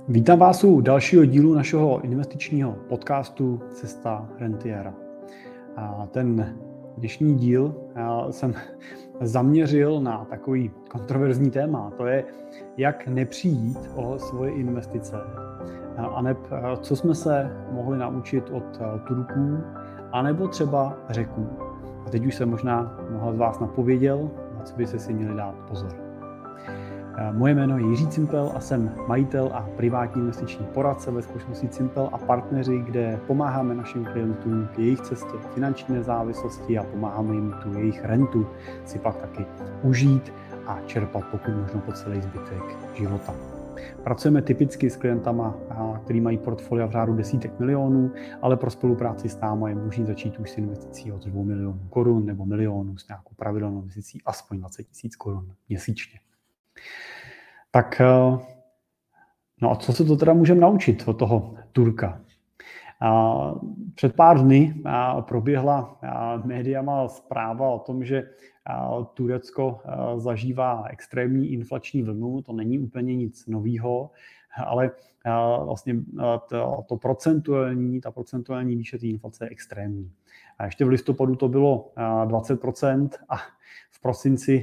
Vítám vás u dalšího dílu našeho investičního podcastu Cesta rentiéra. Ten dnešní díl jsem zaměřil na takový kontroverzní téma. To je, jak nepřijít o svoje investice. Aneb co jsme se mohli naučit od Turků, anebo třeba Řeků. A teď už se možná mnoho z vás napověděl, na co by si měli dát pozor. Moje jméno je Jiří Cimpel a jsem majitel a privátní investiční poradce ve společnosti Cimpel a partneři, kde pomáháme našim klientům k jejich cestě finanční nezávislosti a pomáháme jim tu jejich rentu si pak taky užít a čerpat pokud možno po celý zbytek života. Pracujeme typicky s klientama, kteří mají portfolia v řádu desítek milionů, ale pro spolupráci s námi je možné začít už s investicí od 2 milionů korun nebo milionů s nějakou pravidelnou investicí aspoň 20 000 korun měsíčně. Tak, no a co se to teda můžeme naučit od toho Turka? Před pár dny proběhla médiama zpráva o tom, že Turecko zažívá extrémní inflační vlnu. To není úplně nic nového, ale vlastně ta procentuální výše té inflace je extrémní. A ještě v listopadu to bylo 20% a v prosinci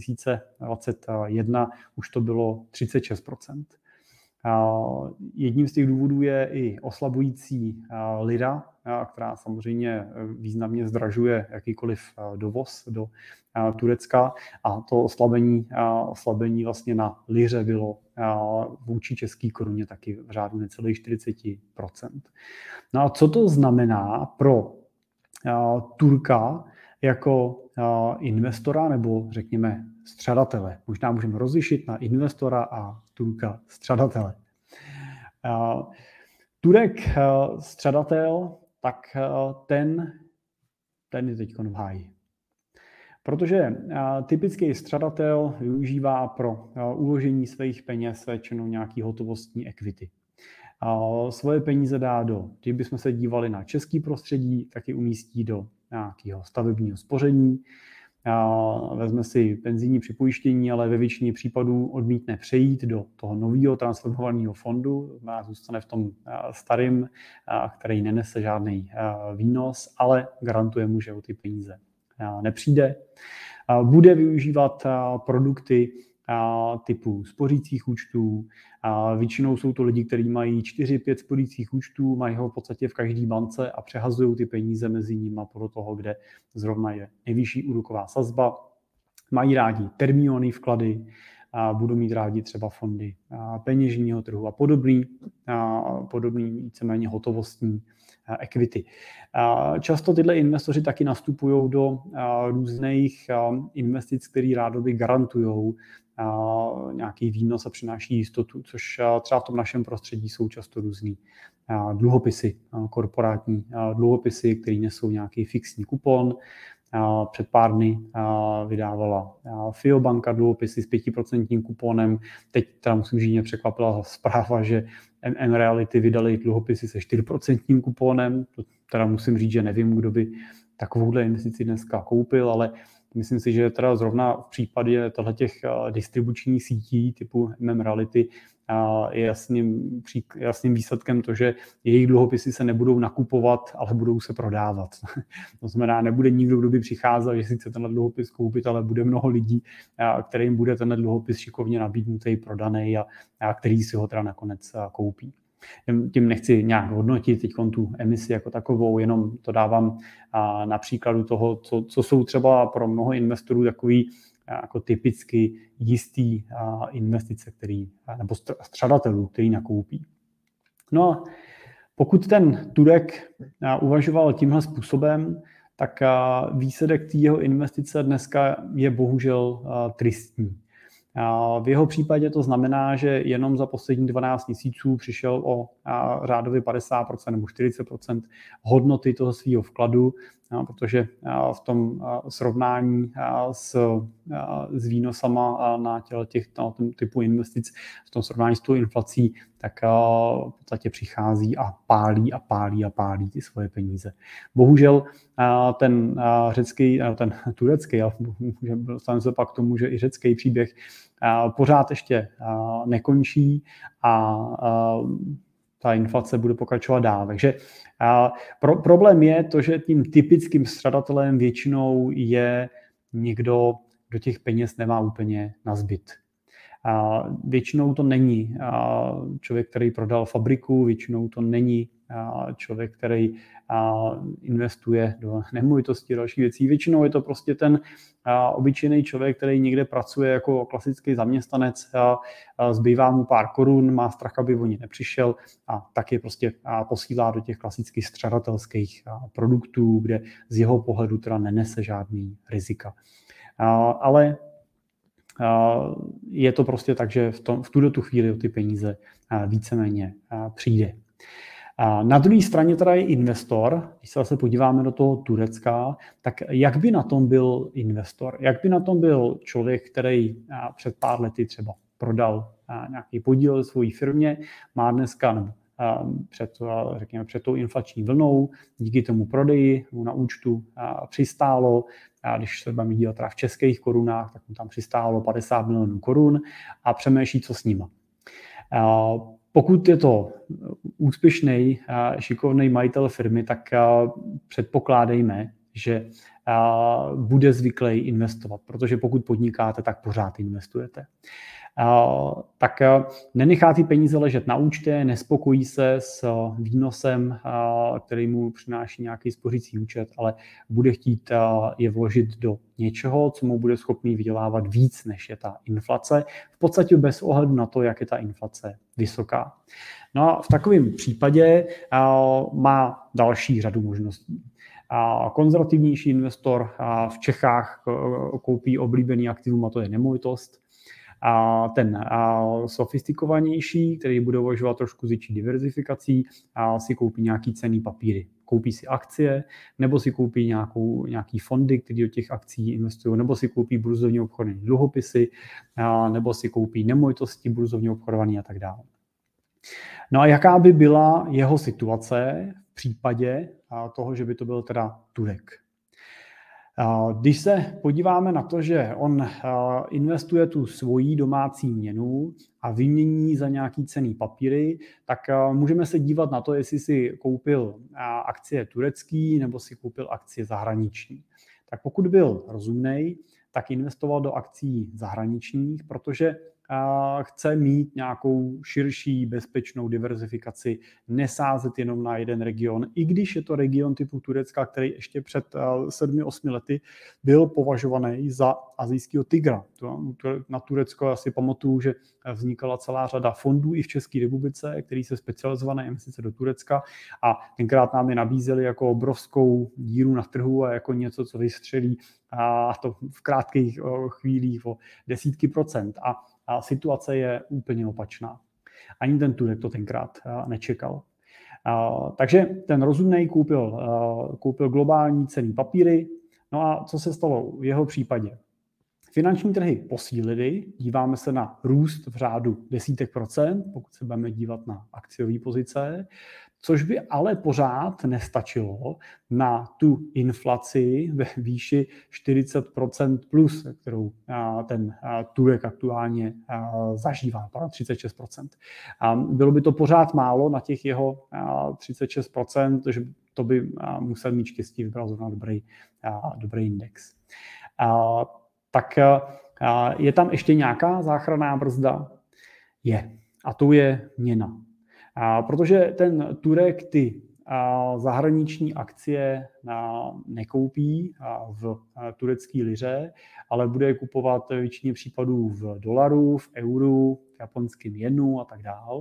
2021 už to bylo 36%. Jedním z těch důvodů je i oslabující lira, která samozřejmě významně zdražuje jakýkoliv dovoz do Turecka, a to oslabení vlastně na liře bylo vůči české koruně taky v řádu necelých 40%. No a co to znamená pro Turka jako investora nebo řekněme střadatele? Možná můžeme rozlišit na investora a Turka střadatele. Turek střadatel, tak ten je teď v háji. Protože typický střadatel využívá pro uložení svých peněz většinou nějaký hotovostní equity. Svoje peníze dá kdybychom se dívali na český prostředí, tak je umístí do nějakého stavebního spoření, vezme si penzijní připojištění, ale ve většině případů odmítne přejít do toho nového transformovaného fondu, zůstane v tom starém, který nenese žádný výnos, ale garantuje mu, že o ty peníze nepřijde. Bude využívat produkty typu spořících účtů. Většinou jsou to lidi, kteří mají 4-5 spořících účtů, mají ho v podstatě v každé bance a přehazují ty peníze mezi nimi podle toho, kde zrovna je nejvyšší úroková sazba. Mají rádi termíny vklady, budou mít rádi třeba fondy peněžního trhu a podobný víceméně hotovostní equity. Často tyhle investoři taky nastupují do různých investic, které rádoby garantují nějaký výnos a přináší jistotu, což třeba v tom našem prostředí jsou často různý dluhopisy, korporátní dluhopisy, které nesou nějaký fixní kupon. Před pár dny vydávala FIO banka dluhopisy s 5% kuponem. Teď teda musím říct, mě překvapila zpráva, že M-Reality vydali dluhopisy se 4% kuponem. To teda musím říct, že nevím, kdo by takovouhle investici dneska koupil, ale myslím si, že teda zrovna v případě těch distribučních sítí typu M-Reality je jasným výsledkem to, že jejich dluhopisy se nebudou nakupovat, ale budou se prodávat. To znamená, nebude nikdo, kdo by přicházel, že si chce tenhle dluhopis koupit, ale bude mnoho lidí, kterým bude tenhle dluhopis šikovně nabídnutý, prodaný a který si ho teda nakonec koupí. Tím nechci nějak hodnotit teď tu emisi jako takovou, jenom to dávám na příkladu toho, co jsou třeba pro mnoho investorů takový jako typicky jistý investice, nebo střadatelů, který nakoupí. No a pokud ten Turek uvažoval tímhle způsobem, tak výsledek té jeho investice dneska je bohužel tristní. V jeho případě to znamená, že jenom za poslední 12 měsíců přišel o řádově 50% nebo 40% hodnoty toho svého vkladu protože v tom srovnání s výnosama na těch typu investic, v tom srovnání s tou inflací, tak v podstatě přichází a pálí ty svoje peníze. Bohužel ten turecký, ale dostaneme se pak k tomu, že i řecký příběh pořád ještě nekončí a ta inflace bude pokračovat dál. Takže problém je to, že tím typickým střadatelem většinou je někdo, kdo těch peněz nemá úplně nazbyt. Většinou to není člověk, který prodal fabriku, většinou to není člověk, který investuje do nemovitostí a dalších věcí. Většinou je to prostě ten obyčejný člověk, který někde pracuje jako klasický zaměstnanec, zbývá mu pár korun, má strach, aby o ně nepřišel a tak je prostě posílá do těch klasických střadatelských produktů, kde z jeho pohledu teda nenese žádný rizika. Ale je to prostě tak, že v tuto chvíli o ty peníze víceméně přijde. Na druhé straně teda je investor, když se zase podíváme do toho Turecka, tak jak by na tom byl investor? Jak by na tom byl člověk, který před pár lety třeba prodal nějaký podíl svojí firmě, má dneska před tou inflační vlnou, díky tomu prodeji mu na účtu přistálo, a když se budeme dívat v českých korunách, tak mu tam přistálo 50 milionů korun a přemýšlí, co s nima. Pokud je to úspěšný, šikovný majitel firmy, tak předpokládejme, že bude zvyklý investovat, protože pokud podnikáte, tak pořád investujete. Tak nenechá ty peníze ležet na účtě, nespokojí se s výnosem, který mu přináší nějaký spořící účet, ale bude chtít je vložit do něčeho, co mu bude schopný vydělávat víc, než je ta inflace, v podstatě bez ohledu na to, jak je ta inflace vysoká. No a v takovém případě má další řadu možností. Konzervativnější investor v Čechách koupí oblíbený aktivum, a to je nemovitost. A ten sofistikovanější, který bude uvažovat trošku s větší diverzifikací, si koupí nějaký cenný papíry. Koupí si akcie, nebo si koupí nějaký fondy, které do těch akcí investují, nebo si koupí burzovně obchodované dluhopisy, nebo si koupí nemovitosti burzovně obchodované a tak dále. No a jaká by byla jeho situace v případě toho, že by to byl teda Turek? Když se podíváme na to, že on investuje tu svoji domácí měnu a vymění za nějaký cenný papíry, tak můžeme se dívat na to, jestli si koupil akcie turecký nebo si koupil akcie zahraniční. Tak pokud byl rozumnej, tak investoval do akcí zahraničních, protože chce mít nějakou širší bezpečnou diverzifikaci, nesázet jenom na jeden region, i když je to region typu Turecka, který ještě před 7-8 lety byl považovaný za asijského tygra. Na Turecko asi pamatuju, že vznikala celá řada fondů i v České republice, který se specializovali na investice do Turecka a tenkrát nám je nabízeli jako obrovskou díru na trhu a jako něco, co vystřelí a to v krátkých chvílích o desítky procent. A situace je úplně opačná. Ani ten Turek to tenkrát nečekal. Takže ten rozumnej koupil globální cenný papíry. No a co se stalo v jeho případě? Finanční trhy posílily, díváme se na růst v řádu desítek procent, pokud se budeme dívat na akciové pozice, což by ale pořád nestačilo na tu inflaci ve výši 40% plus, kterou ten Turek aktuálně zažívá, 36%. Bylo by to pořád málo na těch jeho 36%, že to by musel mít štěstí, vybral zrovna dobrý index. Tak je tam ještě nějaká záchranná brzda? Je. A to je měna. Protože ten Turek ty zahraniční akcie nekoupí v turecké liře, ale bude je kupovat ve většině případů v dolaru, v euru, v japonském jenu a tak dále.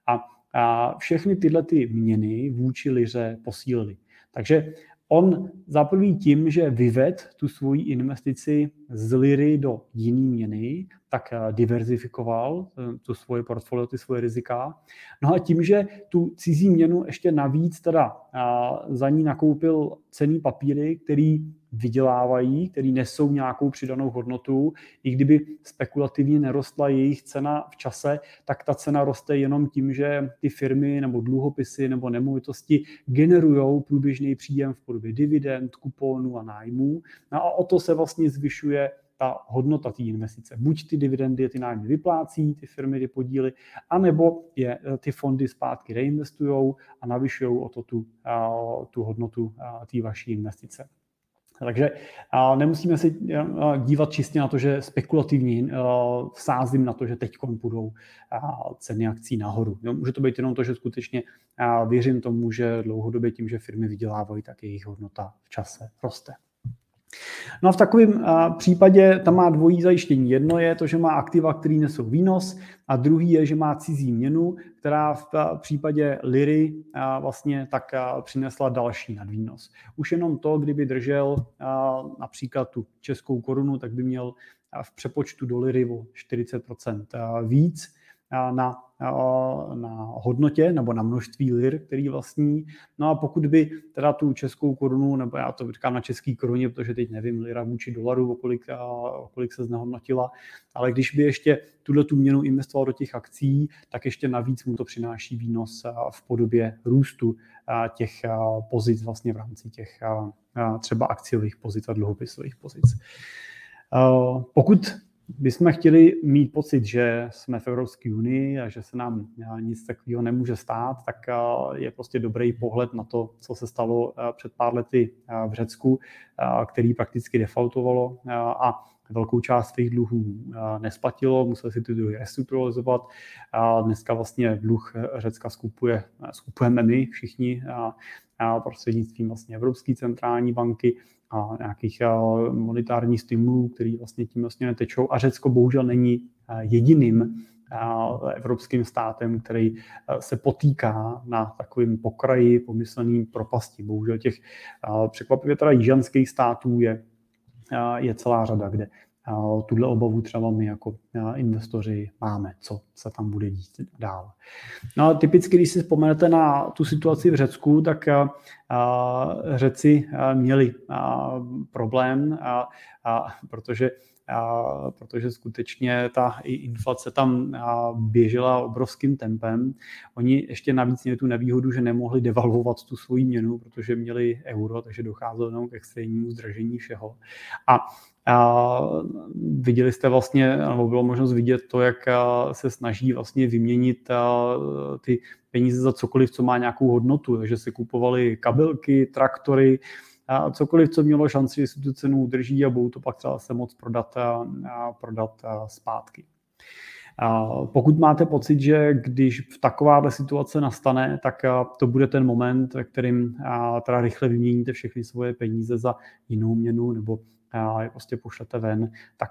A všechny tyhle ty měny vůči liře posílily. Takže on za prvý tím, že vyved tu svoji investici z liry do jiné měny, tak diverzifikoval tu svoje portfolio, ty svoje rizika. No a tím, že tu cizí měnu ještě navíc teda za ní nakoupil cenný papíry, který vydělávají, který nesou nějakou přidanou hodnotu, i kdyby spekulativně nerostla jejich cena v čase, tak ta cena roste jenom tím, že ty firmy nebo dluhopisy nebo nemovitosti generujou průběžný příjem v podobě dividend, kuponů a nájmů. No a o to se vlastně zvyšuje ta hodnota té investice. Buď ty dividendy, ty nájmy vyplácí, ty firmy, ty podíly, anebo je ty fondy zpátky reinvestujou a navyšují o to tu hodnotu té vaší investice. Takže nemusíme se dívat čistě na to, že spekulativně vsázím na to, že teď půjdou ceny akcí nahoru. Může to být jenom to, že skutečně věřím tomu, že dlouhodobě tím, že firmy vydělávají, tak jejich hodnota v čase roste. No a v takovém případě tam má dvojí zajištění. Jedno je to, že má aktiva, který nesou výnos, a druhý je, že má cizí měnu, která v případě liry vlastně tak přinesla další nadvýnos. Už jenom to, kdyby držel například tu českou korunu, tak by měl v přepočtu do liry o 40% víc na hodnotě nebo na množství lir, který vlastní. No a pokud by teda tu českou korunu, nebo já to říkám na český koruně, protože teď nevím, lira vůči dolaru, o kolik se znehodnotila, ale když by ještě tu měnu investoval do těch akcí, tak ještě navíc mu to přináší výnos v podobě růstu těch pozic vlastně v rámci těch třeba akciových pozic a dluhopisových pozic. Pokud bychom chtěli mít pocit, že jsme v Evropské unii a že se nám nic takového nemůže stát, tak je prostě dobrý pohled na to, co se stalo před pár lety v Řecku, který prakticky defaultovalo a velkou část svých dluhů nesplatilo, museli si ty dluhy restrukturalizovat. Dneska vlastně dluh Řecka skupujeme my všichni prostřednictvím vlastně Evropské centrální banky a nějakých monetárních stimulů, který vlastně tím vlastně netečou. A Řecko bohužel není jediným evropským státem, který se potýká na takovém pokraji pomyslným propasti. Bohužel těch překvapivě teda jižanských států je celá řada, kde tuhle obavu třeba my jako investoři máme, co se tam bude dít dál. No a typicky, když si vzpomenete na tu situaci v Řecku, tak Řeci měli problém, protože skutečně ta inflace tam běžela obrovským tempem. Oni ještě navíc měli tu nevýhodu, že nemohli devalvovat tu svoji měnu, protože měli euro, takže docházelo jenom k extrémnímu zdražení všeho. A viděli jste vlastně, nebo bylo možnost vidět to, jak se snaží vlastně vyměnit ty peníze za cokoliv, co má nějakou hodnotu. Takže se kupovaly kabelky, traktory, cokoliv, co mělo šanci, že si tu cenu udrží a budou to pak třeba se moc prodat zpátky. Pokud máte pocit, že když takováhle situace nastane, tak to bude ten moment, ve kterým teda rychle vyměníte všechny svoje peníze za jinou měnu nebo je prostě pošlete ven, tak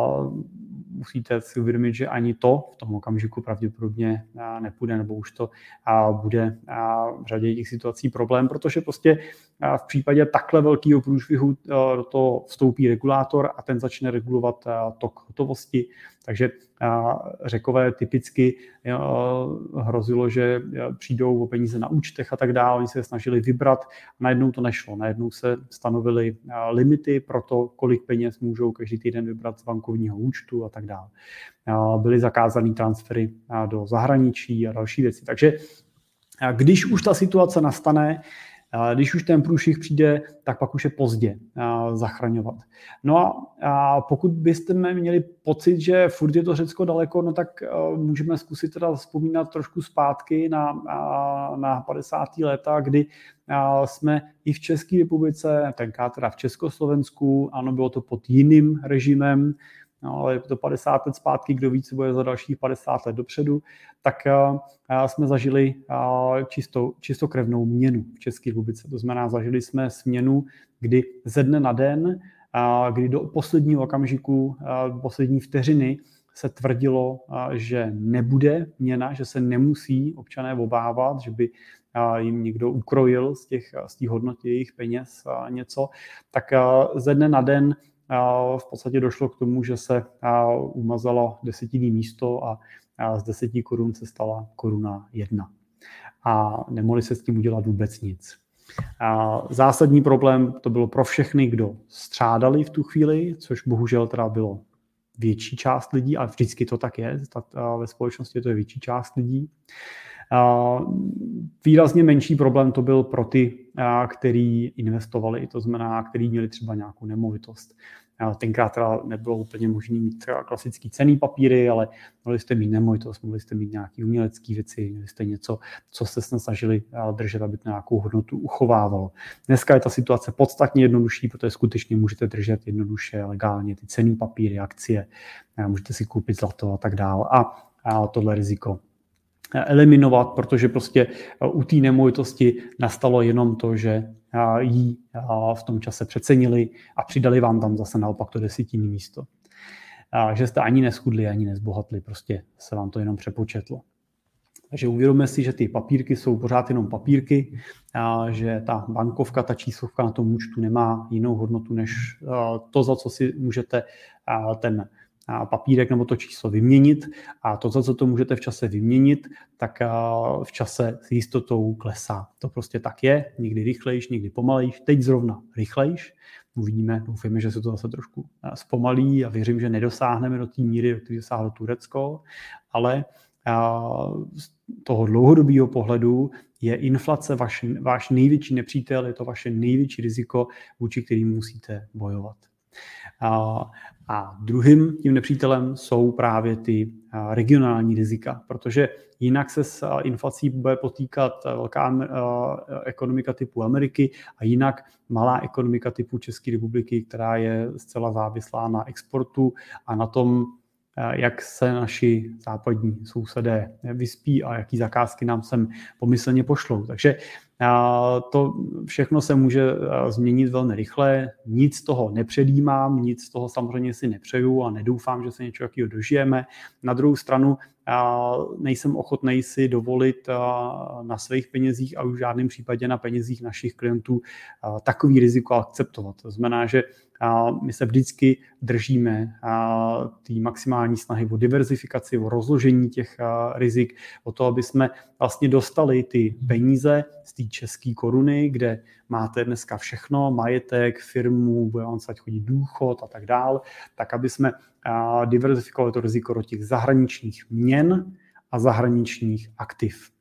musíte si uvědomit, že ani to v tom okamžiku pravděpodobně nepůjde, nebo už to bude v řadě těch situací problém, protože prostě v případě takhle velkého průšvihu do toho vstoupí regulátor a ten začne regulovat tok hotovosti. Takže Řekové typicky hrozilo, že přijdou o peníze na účtech a tak dále. Oni se snažili vybrat, najednou to nešlo. Najednou se stanovily limity pro to, kolik peněz můžou každý týden vybrat z bankovního účtu a tak dále. Byly zakázané transfery do zahraničí a další věci. Takže když už ta situace nastane, když už ten průšvih přijde, tak pak už je pozdě zachraňovat. No a pokud byste měli pocit, že furt je to Řecko daleko, no tak můžeme zkusit teda vzpomínat trošku zpátky na 50. léta, kdy jsme i v České republice, tenkrát teda v Československu, ano, bylo to pod jiným režimem, no, ale je to 50 let zpátky, kdo ví, co bude za dalších 50 let dopředu, tak jsme zažili čistokrevnou měnu v České republice. To znamená, zažili jsme směnu, kdy ze dne na den, kdy do posledního okamžiku, poslední vteřiny se tvrdilo, že nebude měna, že se nemusí občané obávat, že by jim někdo ukrojil z té hodnoty jejich peněz něco, tak ze dne na den v podstatě došlo k tomu, že se umazalo desetinné místo a z 10 korun se stala koruna 1. A nemohli se s tím udělat vůbec nic. Zásadní problém to bylo pro všechny, kdo střádali v tu chvíli, což bohužel teda bylo větší část lidí, a vždycky to tak je, ve společnosti to je větší část lidí. Výrazně menší problém to byl pro ty, kteří investovali, to znamená, kteří měli třeba nějakou nemovitost. Tenkrát teda nebylo úplně možné mít třeba klasický cenný papíry, ale mohli jste mít nemovitost, mohli jste mít nějaké umělecké věci, měli jste něco, co jste se snažili držet, aby to nějakou hodnotu uchovávalo. Dneska je ta situace podstatně jednodušší, protože skutečně můžete držet jednoduše, legálně ty cenný papíry, akcie, můžete si koupit zlato a tak dále. A tohle riziko eliminovat, protože prostě u té nemovitosti nastalo jenom to, že jí v tom čase přecenili a přidali vám tam zase naopak to desetinné místo. Že jste ani neschudli, ani nezbohatli, prostě se vám to jenom přepočetlo. Takže uvědomme si, že ty papírky jsou pořád jenom papírky, že ta bankovka, ta číslovka na tom účtu nemá jinou hodnotu, než to, za co si můžete ten papírek nebo to číslo vyměnit, a to, za co to můžete v čase vyměnit, tak v čase s jistotou klesá. To prostě tak je, někdy rychlejš, někdy pomalejš, teď zrovna rychlejš. Uvidíme, doufejme, že se to zase trošku zpomalí a věřím, že nedosáhneme do té míry, do které dosáhlo Turecko, ale z toho dlouhodobého pohledu je inflace váš největší nepřítel, je to vaše největší riziko, vůči kterým musíte bojovat. A druhým tím nepřítelem jsou právě ty regionální rizika, protože jinak se s inflací bude potýkat velká ekonomika typu Ameriky a jinak malá ekonomika typu České republiky, která je zcela závislá na exportu a na tom, jak se naši západní sousedé vyspí a jaký zakázky nám sem pomyslně pošlou. Takže to všechno se může změnit velmi rychle, nic z toho nepředjímám, nic z toho samozřejmě si nepřeju a nedoufám, že se něčeho takového dožijeme. Na druhou stranu nejsem ochotný si dovolit na svých penězích a už v žádném případě na penězích našich klientů takový riziko akceptovat. To znamená, že my se vždycky držíme té maximální snahy o diverzifikaci, o rozložení těch rizik, o to, aby jsme vlastně dostali ty peníze z té české koruny, kde máte dneska všechno, majetek, firmu, bude vám se chodit důchod a tak dál, tak aby jsme diverzifikovali to riziko do těch zahraničních měn a zahraničních aktiv.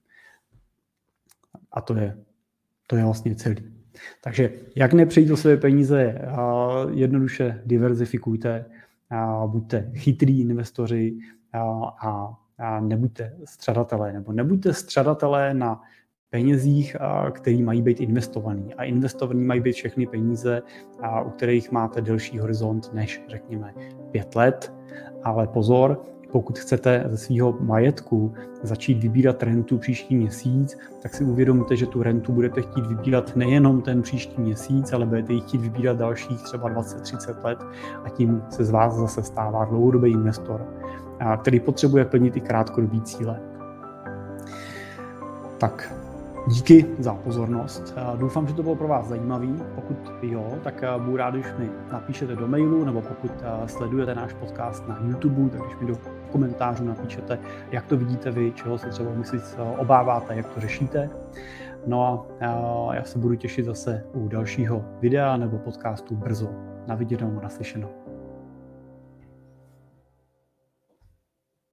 A to je vlastně celý. Takže jak nepřejít o své peníze, jednoduše diverzifikujte, buďte chytrý investoři a nebuďte střadatelé, nebo nebuďte střadatelé na penězích, které mají být investovaný. A investovaný mají být všechny peníze, u kterých máte delší horizont než, řekněme, 5 let. Ale pozor, pokud chcete ze svého majetku začít vybírat rentu příští měsíc, tak si uvědomte, že tu rentu budete chtít vybírat nejenom ten příští měsíc, ale budete ji chtít vybírat dalších třeba 20-30 let a tím se z vás zase stává dlouhodobý investor, který potřebuje plnit i krátkodobý cíle. Tak díky za pozornost. Doufám, že to bylo pro vás zajímavý. Pokud jo, tak budu rád, když mi napíšete do mailu, nebo pokud sledujete náš podcast na YouTube, tak když mi do komentářů napíšete, jak to vidíte vy, čeho se třeba obáváte, jak to řešíte. No a já se budu těšit zase u dalšího videa nebo podcastu brzo. Na viděnou, naslyšenou.